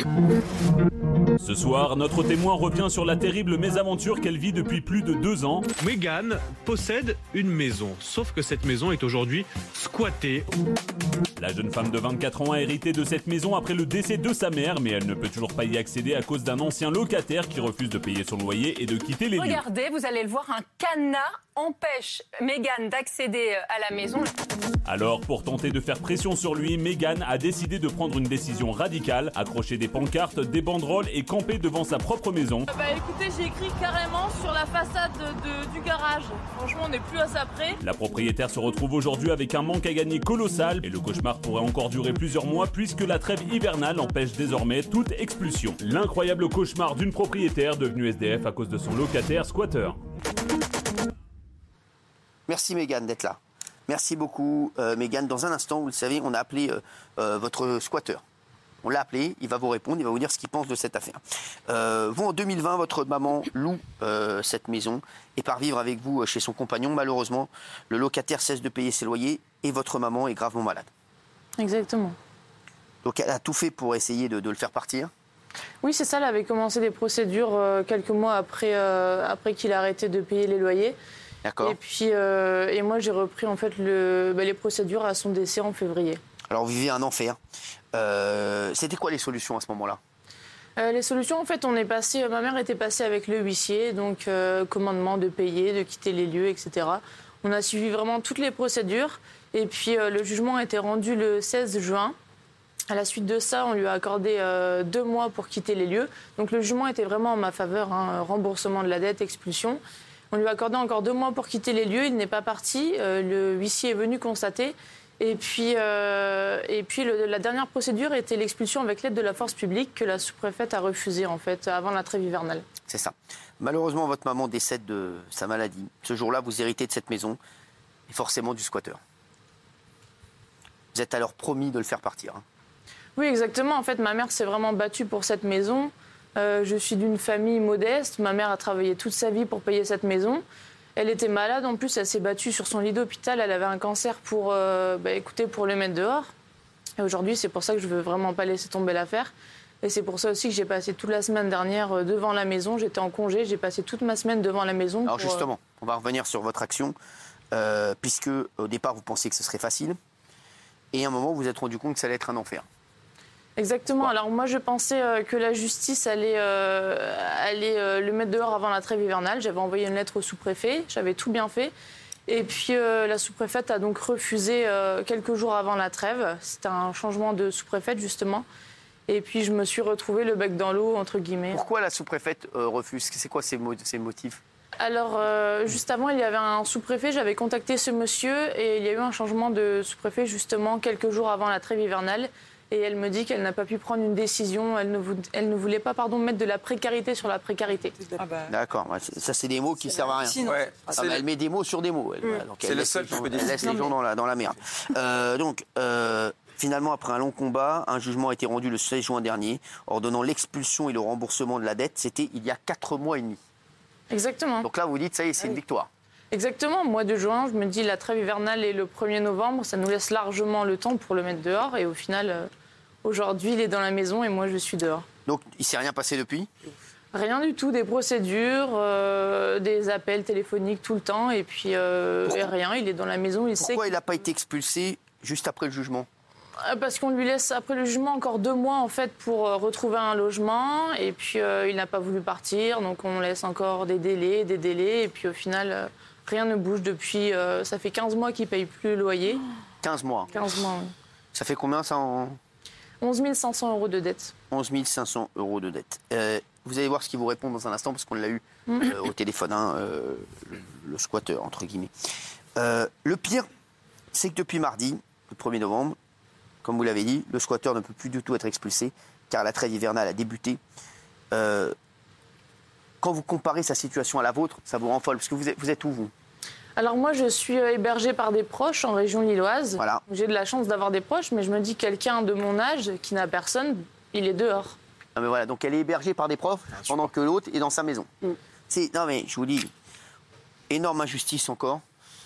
Ce soir, notre témoin revient sur la terrible mésaventure qu'elle vit depuis plus de 2 ans. Mégane possède une maison, sauf que cette maison est aujourd'hui squattée. La jeune femme de 24 ans a hérité de cette maison après le décès de sa mère, mais elle ne peut toujours pas y accéder à cause d'un ancien locataire qui refuse de payer son loyer et de quitter les lieux. Regardez, vous allez le voir, un cadenas empêche Mégane d'accéder à la maison. Alors, pour tenter de faire pression sur lui, Mégane a décidé de prendre une décision radicale, accrocher des pancartes, des banderoles et camper devant sa propre maison. Écoutez, j'ai écrit carrément sur la façade du garage. Franchement, on n'est plus à ça près. La propriétaire se retrouve aujourd'hui avec un manque à gagner colossal et le cauchemar pourrait encore durer plusieurs mois puisque la trêve hivernale empêche désormais toute expulsion. L'incroyable cauchemar d'une propriétaire devenue SDF à cause de son locataire squatteur. Merci Mégane d'être là. Merci beaucoup Mégane. Dans un instant, vous le savez, on a appelé votre squatteur. On l'a appelé, il va vous répondre, il va vous dire ce qu'il pense de cette affaire. Vous, en 2020, votre maman loue cette maison et part vivre avec vous chez son compagnon. Malheureusement, le locataire cesse de payer ses loyers et votre maman est gravement malade. Exactement. Donc elle a tout fait pour essayer de le faire partir. Oui, c'est ça, elle avait commencé des procédures quelques mois après qu'il a arrêté de payer les loyers. D'accord. Et puis, et moi, j'ai repris en fait les procédures à son décès en février. Alors, vous vivez un enfer. C'était quoi les solutions à ce moment-là ? Les solutions, en fait, ma mère était passée avec le huissier, donc commandement de payer, de quitter les lieux, etc. On a suivi vraiment toutes les procédures. Et puis, le jugement a été rendu le 16 juin. À la suite de ça, on lui a accordé 2 mois pour quitter les lieux. Donc, le jugement était vraiment en ma faveur, remboursement de la dette, expulsion. On lui a accordé encore 2 mois pour quitter les lieux. Il n'est pas parti. Le huissier est venu constater. Et puis la dernière procédure était l'expulsion avec l'aide de la force publique que la sous-préfète a refusée, en fait, avant la trêve hivernale. C'est ça. Malheureusement, votre maman décède de sa maladie. Ce jour-là, vous héritez de cette maison et forcément du squatteur. Vous êtes alors promis de le faire partir. Oui, exactement. En fait, ma mère s'est vraiment battue pour cette maison. Je suis d'une famille modeste. Ma mère a travaillé toute sa vie pour payer cette maison. Elle était malade. En plus, elle s'est battue sur son lit d'hôpital. Elle avait un cancer pour le mettre dehors. Et aujourd'hui, c'est pour ça que je veux vraiment pas laisser tomber l'affaire. Et c'est pour ça aussi que j'ai passé toute la semaine dernière devant la maison. J'étais en congé. J'ai passé toute ma semaine devant la maison. Alors justement, on va revenir sur votre action. Puisque au départ, vous pensiez que ce serait facile. Et à un moment, vous vous êtes rendu compte que ça allait être un enfer. Exactement. Alors moi, je pensais que la justice allait le mettre dehors avant la trêve hivernale. J'avais envoyé une lettre au sous-préfet, j'avais tout bien fait. Et puis la sous-préfète a donc refusé quelques jours avant la trêve. C'était un changement de sous-préfète, justement. Et puis je me suis retrouvée le bec dans l'eau, entre guillemets. Pourquoi la sous-préfète refuse ? C'est quoi ses motifs ? Alors, juste avant, il y avait un sous-préfet. J'avais contacté ce monsieur et il y a eu un changement de sous-préfet, justement, quelques jours avant la trêve hivernale. Et elle me dit qu'elle n'a pas pu prendre une décision. Elle ne voulait pas mettre de la précarité sur la précarité. D'accord. Ça, c'est des mots qui ne servent à rien. Ouais. Elle met des mots sur des mots. C'est le seul qui peut décider. Elle laisse les gens dans la merde. Finalement, après un long combat, un jugement a été rendu le 16 juin dernier, ordonnant l'expulsion et le remboursement de la dette. C'était il y a 4 mois et demi. Exactement. Donc là, vous dites, ça y est, c'est une victoire. Exactement. Mois de juin, je me dis, la trêve hivernale est le 1er novembre. Ça nous laisse largement le temps pour le mettre dehors. Et au final... Aujourd'hui, il est dans la maison et moi, je suis dehors. Donc, il ne s'est rien passé depuis ? Rien du tout, des procédures, des appels téléphoniques tout le temps et puis et rien, il est dans la maison, il sait... Pourquoi il n'a pas été expulsé juste après le jugement ? Parce qu'on lui laisse, après le jugement, encore 2 mois en fait pour retrouver un logement et puis il n'a pas voulu partir, donc on laisse encore des délais et puis au final, rien ne bouge depuis... ça fait 15 mois qu'il ne paye plus le loyer. 15 mois ? 15 mois, oui. Ça fait combien ça en... 11 500 € de dette. 11 500 € de dette. Vous allez voir ce qu'il vous répond dans un instant, parce qu'on l'a eu au téléphone, le squatteur, entre guillemets. Le pire, c'est que depuis mardi, le 1er novembre, comme vous l'avez dit, le squatteur ne peut plus du tout être expulsé, car la trêve hivernale a débuté. Quand vous comparez sa situation à la vôtre, ça vous rend folle, parce que vous êtes où, vous ? Alors moi, je suis hébergée par des proches en région lilloise. Voilà. J'ai de la chance d'avoir des proches, mais je me dis quelqu'un de mon âge qui n'a personne, il est dehors. Non mais voilà, donc elle est hébergée par des profs pendant que l'autre est dans sa maison. Non mais je vous dis, énorme injustice encore.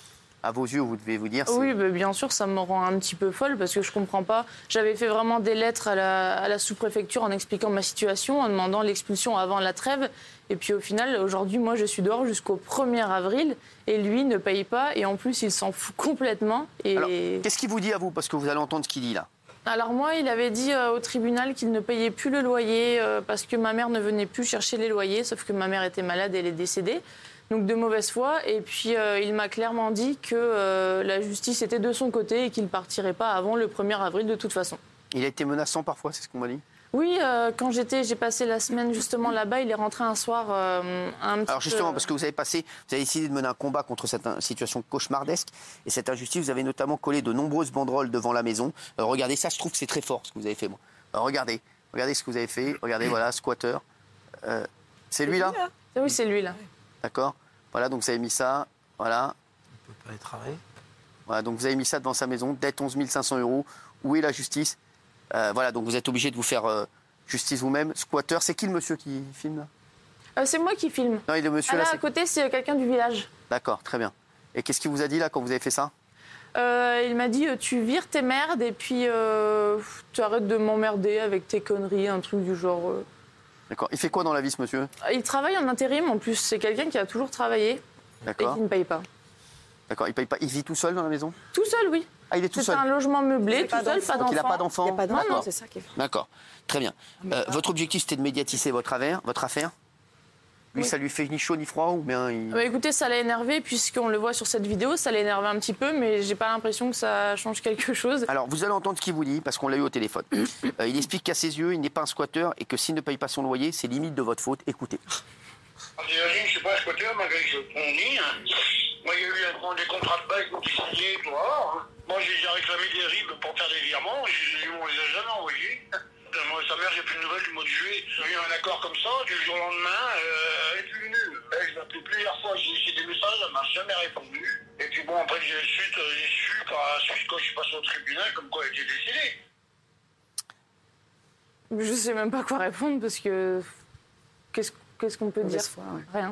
À vos yeux, vous devez vous dire... Oui, bah, bien sûr, ça me rend un petit peu folle parce que je comprends pas. J'avais fait vraiment des lettres à la sous-préfecture en expliquant ma situation, en demandant l'expulsion avant la trêve. Et puis au final, aujourd'hui, moi, je suis dehors jusqu'au 1er avril et lui ne paye pas. Et en plus, il s'en fout complètement. Et... Alors, qu'est-ce qu'il vous dit à vous? Parce que vous allez entendre ce qu'il dit là. Alors moi, il avait dit au tribunal qu'il ne payait plus le loyer parce que ma mère ne venait plus chercher les loyers, sauf que ma mère était malade et elle est décédée. Donc de mauvaise foi. Et puis il m'a clairement dit que la justice était de son côté et qu'il ne partirait pas avant le 1er avril de toute façon. Il a été menaçant parfois, c'est ce qu'on m'a dit? Oui, quand j'ai passé la semaine justement là-bas, il est rentré un soir un petit Alors justement, parce que vous avez décidé de mener un combat contre cette situation cauchemardesque et cette injustice, vous avez notamment collé de nombreuses banderoles devant la maison. Regardez ça, je trouve que c'est très fort ce que vous avez fait, moi. Regardez ce que vous avez fait. Regardez, voilà, squatter. C'est lui là? Oui, c'est lui là. D'accord. Voilà, donc vous avez mis ça. Voilà. On peut pas y travailler. Voilà, donc vous avez mis ça devant sa maison. Dette 11 500 €. Où est la justice? Voilà, donc vous êtes obligé de vous faire justice vous-même. Squatter, c'est qui le monsieur qui filme là? C'est moi qui filme. Non, le monsieur là, là, à côté, c'est quelqu'un du village. D'accord, très bien. Et qu'est-ce qu'il vous a dit là quand vous avez fait ça? Il m'a dit tu vires tes merdes et puis tu arrêtes de m'emmerder avec tes conneries, un truc du genre. D'accord. Il fait quoi dans la vie ce monsieur? Il travaille en intérim en plus. C'est quelqu'un qui a toujours travaillé et qui ne paye pas. D'accord, il paye pas. Il vit tout seul dans la maison? Tout seul, oui. Ah, il est tout seul. C'est un logement meublé, tout seul, pas d'enfant. Donc il n'a pas d'enfant? Il n'y a pas d'enfant, non. c'est ça qui est fou. D'accord, très bien. Votre objectif, c'était de médiatiser votre affaire. Lui, Oui. ça lui fait ni chaud ni froid ou bien il... Bah, écoutez, ça l'a énervé puisqu'on le voit sur cette vidéo, ça l'a énervé un petit peu, mais j'ai pas l'impression que ça change quelque chose. Alors, vous allez entendre ce qu'il vous dit, parce qu'on l'a eu au téléphone. Il explique qu'à ses yeux, il n'est pas un squatteur et que s'il ne paye pas son loyer, c'est limite de votre faute. Écoutez. Déjà, je ne suis pas un squatteur, malgré que je fournis. Moi, il y a eu des contrats de bail qui ont été signés, tout ça. Moi, j'ai déjà réclamé des RIB pour faire des virements, on ne les a jamais envoyés. Moi, sa mère, j'ai plus de nouvelles du mois de juillet. J'ai eu un accord comme ça, du jour au lendemain, elle est plus venue. Je l'ai appelé plusieurs fois, j'ai laissé des messages, elle m'a jamais répondu. Et puis bon, après, j'ai su par la suite, quand je suis passé au tribunal, comme quoi elle était décédée. Je sais même pas quoi répondre parce que qu'est-ce qu'on peut dire? Foi, ouais. Rien.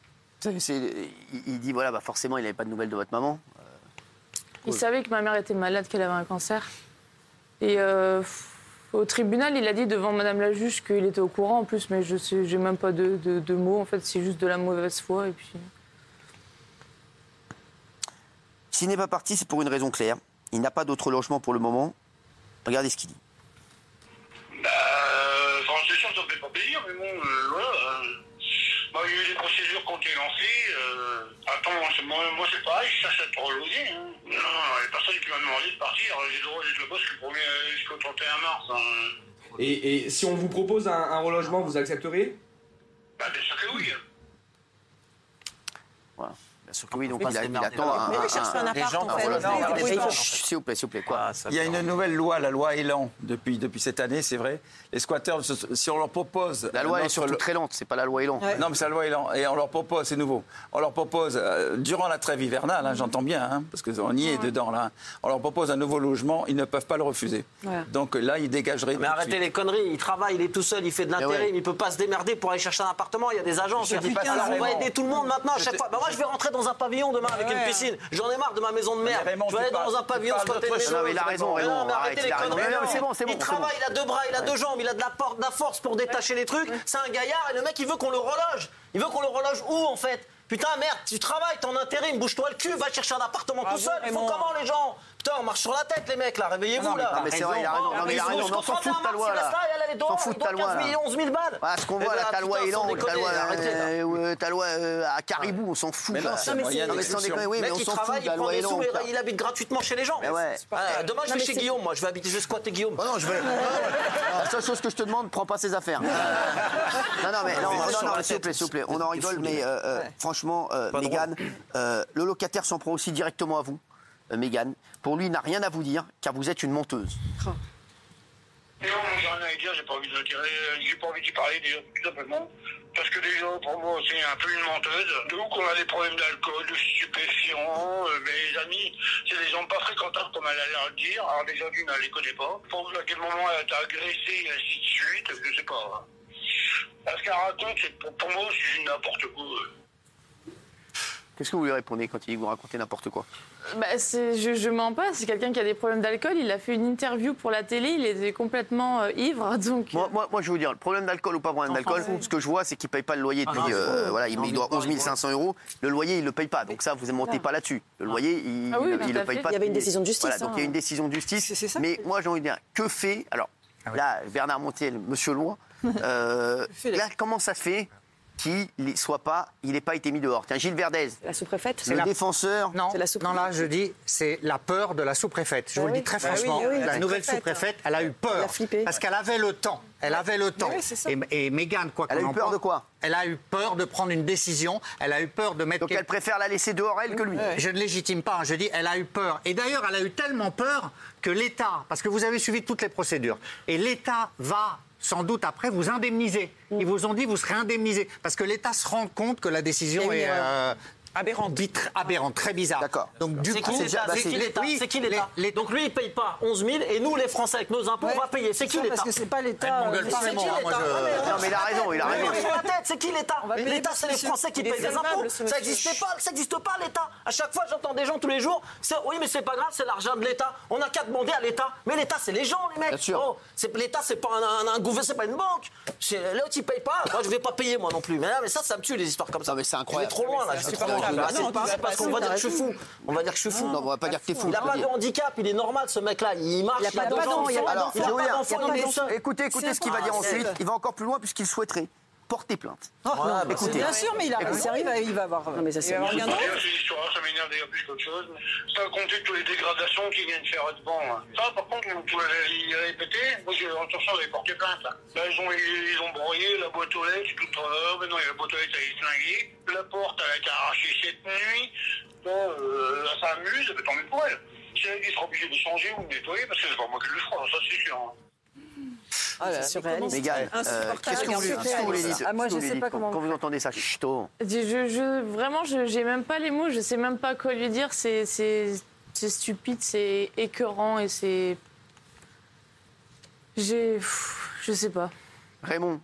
Il dit, voilà, bah forcément, il n'avait pas de nouvelles de votre maman. Il savait que ma mère était malade, qu'elle avait un cancer. Et au tribunal, il a dit devant Madame la juge qu'il était au courant en plus, mais je sais, j'ai même pas de mots. En fait, c'est juste de la mauvaise foi. Et puis... S'il n'est pas parti, c'est pour une raison claire. Il n'a pas d'autre logement pour le moment. Regardez ce qu'il dit. C'est sûr que ça me fait pas plaisir, mais bon, voilà. Il y a eu des procédures qui ont été lancées. Attends, moi c'est pareil, je cherche à être relogé. Hein. Non, il y a personne qui m'a demandé de partir. J'ai le droit d'être le boss jusqu'au 31 mars. Hein. Et si on vous propose un relogement, vous accepteriez? Bien sûr que oui. Voilà. Bien sûr que oui, donc Faut il pas se démerder. attend Mais il cherche un appart, en fait. S'il vous plaît, quoi. Il y a une nouvelle loi, la loi Elan, depuis cette année, c'est vrai. Les squatteurs, si on leur propose... La loi est surtout très lente, c'est pas la loi Elan. Ouais. Non, mais c'est la loi Elan. Et on leur propose, c'est nouveau, on leur propose, durant la trêve hivernale, hein, j'entends bien, hein, parce qu'on y est dedans, là, on leur propose un nouveau logement, ils ne peuvent pas le refuser. Ouais. Donc là, ils dégageraient... Mais arrêtez les conneries, il travaille, il est tout seul, il fait de l'intérim, il peut pas se démerder pour aller chercher un appartement, il y a des agences. Je dis pas ça, Alors on va Raymond. aider tout le monde maintenant à chaque fois. Moi je vais rentrer dans un pavillon demain avec une piscine. J'en ai marre de ma maison de merde. Raymond, Je vais aller tu dans un pavillon parles squatter une d'autre maison. Non, mais il a raison, Mais non, Raymond. mais Arrête, arrêtez les il a raison. conneries. Non, mais c'est bon, Il travaille, il a deux bras, il a deux jambes, il a de la force pour détacher les trucs. C'est un gaillard et le mec il veut qu'on le reloge. Il veut qu'on le reloge où en fait? Putain, merde, tu travailles, t'es en intérim, bouge-toi le cul, va chercher un appartement tout seul. Ils font comment les gens? Putain, on marche sur la tête les mecs là, réveillez-vous là. Non, mais c'est vrai, il a raison. Non, mais il a raison, mais on s'en fout de ta loi là. On s'en fout de ta loi là. 11 000 balles. Voilà, ce qu'on voit là, ta loi Elan, ta loi à Caribou, on s'en fout. Mais non, là. c'est un moyen Non, mais sans d'exclusion. déconner, oui, Le mais mec on il s'en fout travaille, de il la prend loi des Elan. sous, il habite gratuitement chez les gens. Mais ouais. Demain je vais chez Guillaume, moi je vais squatter Guillaume. Non, je vais. La seule chose que je te demande, prends pas ses affaires. Non, mais s'il vous plaît, on en rigole, mais franchement, Mégane, le locataire s'en prend aussi directement à vous, Mégane. Pour lui, il n'a rien à vous dire, car vous êtes une menteuse. Non, j'ai rien à dire, j'ai pas envie d'y parler déjà, tout simplement. Parce que déjà, pour moi, c'est un peu une menteuse. Donc, on a des problèmes d'alcool, de stupéfiants. Mes amis, c'est des gens pas fréquentables, comme elle a l'air de dire. Alors, déjà, d'une, elle les connaît pas. Pour à quel moment elle t'a agressé, et ainsi de suite, je sais pas. Ce qu'elle raconte, pour moi, c'est n'importe quoi. Qu'est-ce que vous lui répondez quand il vous raconte n'importe quoi? Je mens pas, c'est quelqu'un qui a des problèmes d'alcool. Il a fait une interview pour la télé, il était complètement ivre. Donc... Moi, je vais vous dire, le problème d'alcool ou pas problème d'alcool, ce que je vois, c'est qu'il ne paye pas le loyer depuis. Il doit 11 500 €. Le loyer, il ne le paye pas. Donc ça, vous ne montez pas là-dessus. Le loyer, il ne le paye pas. Il y avait une décision de justice. Voilà, donc il y a une décision de justice. Mais moi, j'ai envie de dire, que fait. Alors là, Bernard Montiel, monsieur Loin, là, comment ça se fait qu'il n'ait pas été mis dehors? Tiens, Gilles Verdez, la sous-préfète, le défenseur. Non, là, je dis, c'est la peur de la sous-préfète. Je vous le dis très franchement. La nouvelle sous-préfète, elle a eu peur. Elle a flippé. Parce qu'elle avait le temps. Elle avait le temps. Et Mégane, quoi qu'on en pense... Elle a eu peur de quoi? Elle a eu peur de prendre une décision. Elle a eu peur de mettre... Donc elle préfère la laisser dehors, elle, que lui. Je ne légitime pas. Je dis, elle a eu peur. Et d'ailleurs, elle a eu tellement peur que l'État... Parce que vous avez suivi toutes les procédures. Et l'État va... sans doute après vous indemniser. Ils vous ont dit vous serez indemnisé. Parce que l'État se rend compte que la décision est aberrante, très bizarre. D'accord. Donc du coup, c'est qui l'État? Donc lui, il paye pas 11 000 et nous, les Français, avec nos impôts, on va payer. C'est qui l'État? Parce que c'est pas l'État. Non, mais il a raison, il a raison. C'est qui l'État? L'État, c'est les Français qui payent des impôts. Ça n'existe pas l'État. À chaque fois, j'entends des gens tous les jours. Oui, mais c'est pas grave, c'est l'argent de l'État. On n'a qu'à demander à l'État. Mais l'État, c'est les gens, les mecs. L'État, c'est pas un gouvernement, c'est pas une banque. L'autre, il paye pas. Moi, je vais pas payer moi non plus. Mais ça me tue les histoires comme ça. Mais c'est incroyable. Je vais trop loin là. C'est parce qu'on va dire que je suis fou. On va dire que je suis fou. Non, on va pas dire que t'es fou. Il n'a pas de handicap, il est normal ce mec-là. Il marche, il a pas d'enfant. Écoutez ce qu'il va dire ensuite. Il va encore plus loin puisqu'il souhaiterait porter plainte. Écoutez. Bien sûr, mais il va avoir. Non, mais ça c'est rien d'autre. Ces histoires, ça m'énerve d'ailleurs plus qu'autre chose. Sans compter toutes les dégradations qu'ils viennent faire devant. Ça, par contre, vous pouvez les répéter. Moi, attention, j'avais porté plainte. Là, ils ont broyé la boîte aux lettres, tout maintenant, la boîte aux lettres, elle est flinguée. La porte, elle a été arrachée cette nuit. Là, ça amuse, tant mieux pour elle. Si elle sera obligée de changer ou de nettoyer, parce que c'est pas moi qui le ferai, ça c'est sûr. C'est surréaliste. Mégane, qu'est-ce que vous voulez dire? Moi, je sais pas comment. Quand vous entendez ça, chut-toi. Vraiment, j'ai même pas les mots, je sais même pas quoi lui dire. C'est stupide, c'est écœurant et c'est. Je sais pas. Raymond.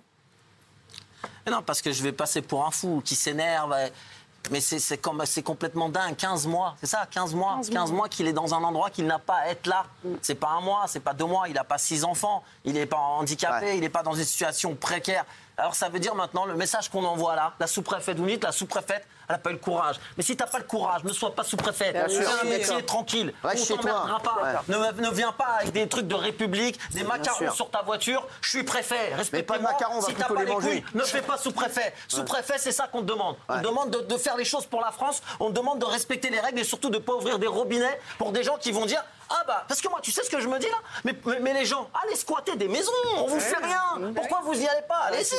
Non, parce que je vais passer pour un fou qui s'énerve. Mais c'est complètement dingue. 15 mois, c'est ça, 15 mois. 15 mois qu'il est dans un endroit qu'il n'a pas à être là. C'est pas un mois, c'est pas 2 mois. Il n'a pas 6 enfants. Il n'est pas handicapé. Il n'est pas dans une situation précaire. Alors ça veut dire maintenant, le message qu'on envoie là, la sous-préfète, vous dites, la sous-préfète, elle n'a pas eu le courage. Mais si tu n'as pas le courage, ne sois pas sous-préfète. Fais un métier tranquille. Reste chez toi. Pas. Ne viens pas avec des trucs de République, des macarons sur ta voiture. Je suis préfet. Mais pas de macarons, on va plutôt les manger. Ne fais pas sous-préfet. Sous-préfet, c'est ça qu'on te demande. On te demande de faire les choses pour la France. On te demande de respecter les règles et surtout de ne pas ouvrir des robinets pour des gens qui vont dire parce que moi, tu sais ce que je me dis là, mais les gens, allez squatter des maisons, on vous fait rien. Pourquoi vous y allez pas? Allez-y.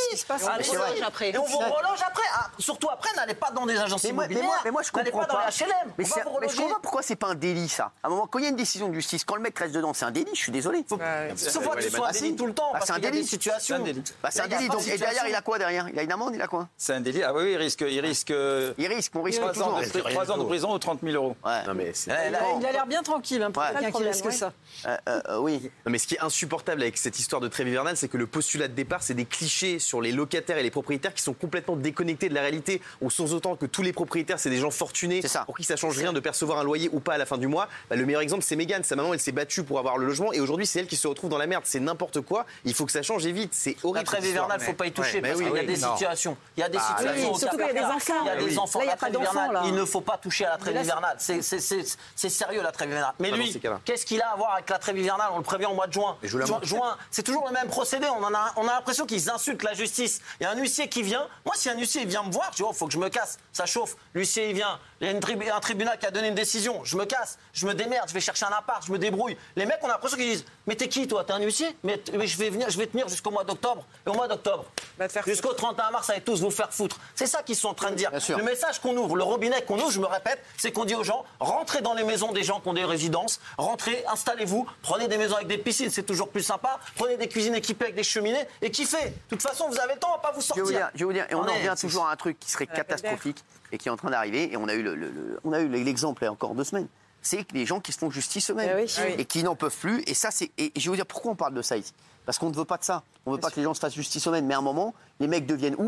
Et on vous reloge après. Surtout après, n'allez pas dans des agences immobilières. Mais moi, je comprends pas. N'allez pas dans les HLM. Mais je comprends pas pourquoi c'est pas un délit ça. À un moment, quand il y a une décision de justice, quand le mec reste dedans, c'est un délit. Je suis désolé. Sauf que ce soit un délit tout le temps. C'est un délit. C'est un délit. C'est un délit. Et derrière, il a quoi derrière? Il a une amende, il a quoi? C'est un délit. Ah oui, il risque. On risque 3 ans de prison ou 30 000 €. Non mais il a l'air bien tranquille pour quelqu'un qui risque ça. Oui. Non, mais ce qui est insupportable avec cette histoire de trêve hivernale, c'est que le postulat de départ, c'est des clichés sur les locataires et les propriétaires qui sont complètement déconnectés de la réalité. On sous autant que tous les propriétaires, c'est des gens fortunés pour qui ça change rien de percevoir un loyer ou pas à la fin du mois. Le meilleur exemple, c'est Mégane. Sa maman, elle s'est battue pour avoir le logement et aujourd'hui, c'est elle qui se retrouve dans la merde. C'est n'importe quoi. Il faut que ça change et vite. C'est horrible. La trêve hivernale, faut pas y toucher parce qu'il y a des situations. Il y a des situations. Surtout qu'il y a des enfants. Il y a des enfants. Là, il n'y a pas d'enfants. Il ne faut pas toucher à la trêve hivernale. C'est sérieux la trêve hivernale. Mais lui, qu'est-ce qu'il a à voir avec la trêve hivernale? On le prévient au mois de juin. Juin, c'est toujours le même procédé. On a l'impression qu'ils insultent la justice. Il y a un huissier qui vient. Moi, si un huissier vient me voir, je dis faut que je me casse. Ça chauffe. L'huissier il vient. Il y a un tribunal qui a donné une décision. Je me casse. Je me démerde. Je vais chercher un appart. Je me débrouille. Les mecs, on a l'impression qu'ils disent mais t'es qui toi? T'es un huissier? Mais je vais tenir jusqu'au mois d'octobre. Et au mois d'octobre, jusqu'au 31 mars, allez tous vous faire foutre. C'est ça qu'ils sont en train de dire. Le message qu'on ouvre, le robinet qu'on ouvre, je me répète, c'est qu'on dit aux gens rentrez dans les maisons des gens qui ont des résidences. Rentrez, installez-vous, prenez des maisons avec des piscines, c'est toujours plus sympa. Prenez des cuisines équipées avec des cheminées et kiffez. De toute façon, vous avez le temps, on va pas vous sortir. Je vais vous dire, et on en revient toujours à un truc qui serait catastrophique et qui est en train d'arriver. Et on a eu l'exemple il y a encore 2 semaines. C'est que les gens qui se font justice eux-mêmes et qui n'en peuvent plus. Et ça, et je vais vous dire pourquoi on parle de ça ici. Parce qu'on ne veut pas de ça. On ne veut pas que les gens se fassent justice eux-mêmes. Mais à un moment, les mecs deviennent ouf.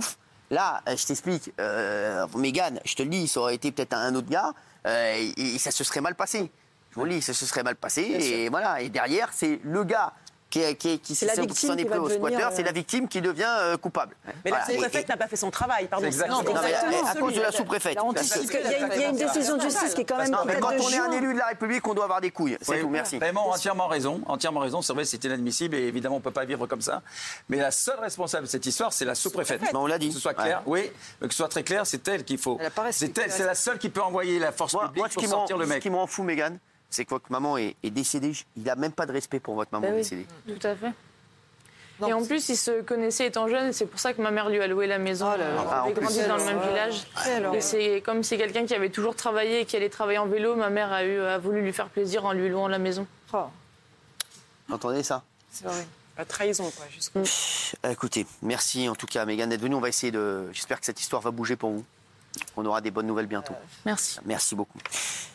Là, je t'explique, Mégane, je te le dis, ça aurait été peut-être un autre gars, et ça se serait mal passé. Je vous le dis, ça se serait mal passé, et voilà. Et derrière, c'est le gars qui s'en est pris au squatter, c'est la victime qui devient coupable. Mais la sous-préfète n'a pas fait son travail, pardon. Exactement. Non, à cause de la sous-préfète. Il y a une décision de justice qui est quand même... Mais quand on est un élu de la République, on doit avoir des couilles. C'est tout, merci. Vraiment, entièrement raison. C'est vrai, c'est inadmissible et évidemment, on ne peut pas vivre comme ça. Mais la seule responsable de cette histoire, c'est la sous-préfète. On l'a dit. Que ce soit clair, oui, que ce soit très clair, c'est elle qu'il faut. C'est la seule qui peut envoyer la force publique pour sortir le mec. Ce qui m'en fout, Mégane, c'est que votre maman est décédée. Il n'a même pas de respect pour votre maman décédée. Tout à fait. Et en plus, ils se connaissaient étant jeunes, et c'est pour ça que ma mère lui a loué la maison. On avait grandi dans le même village. Et c'est comme c'est quelqu'un qui avait toujours travaillé et qui allait travailler en vélo. Ma mère a voulu lui faire plaisir en lui louant la maison. Vous entendez ça? C'est vrai. La trahison, quoi, jusqu'au bout. Écoutez, merci en tout cas, Mégane, d'être venue. On va essayer de... J'espère que cette histoire va bouger pour vous. On aura des bonnes nouvelles bientôt. Merci. Merci beaucoup.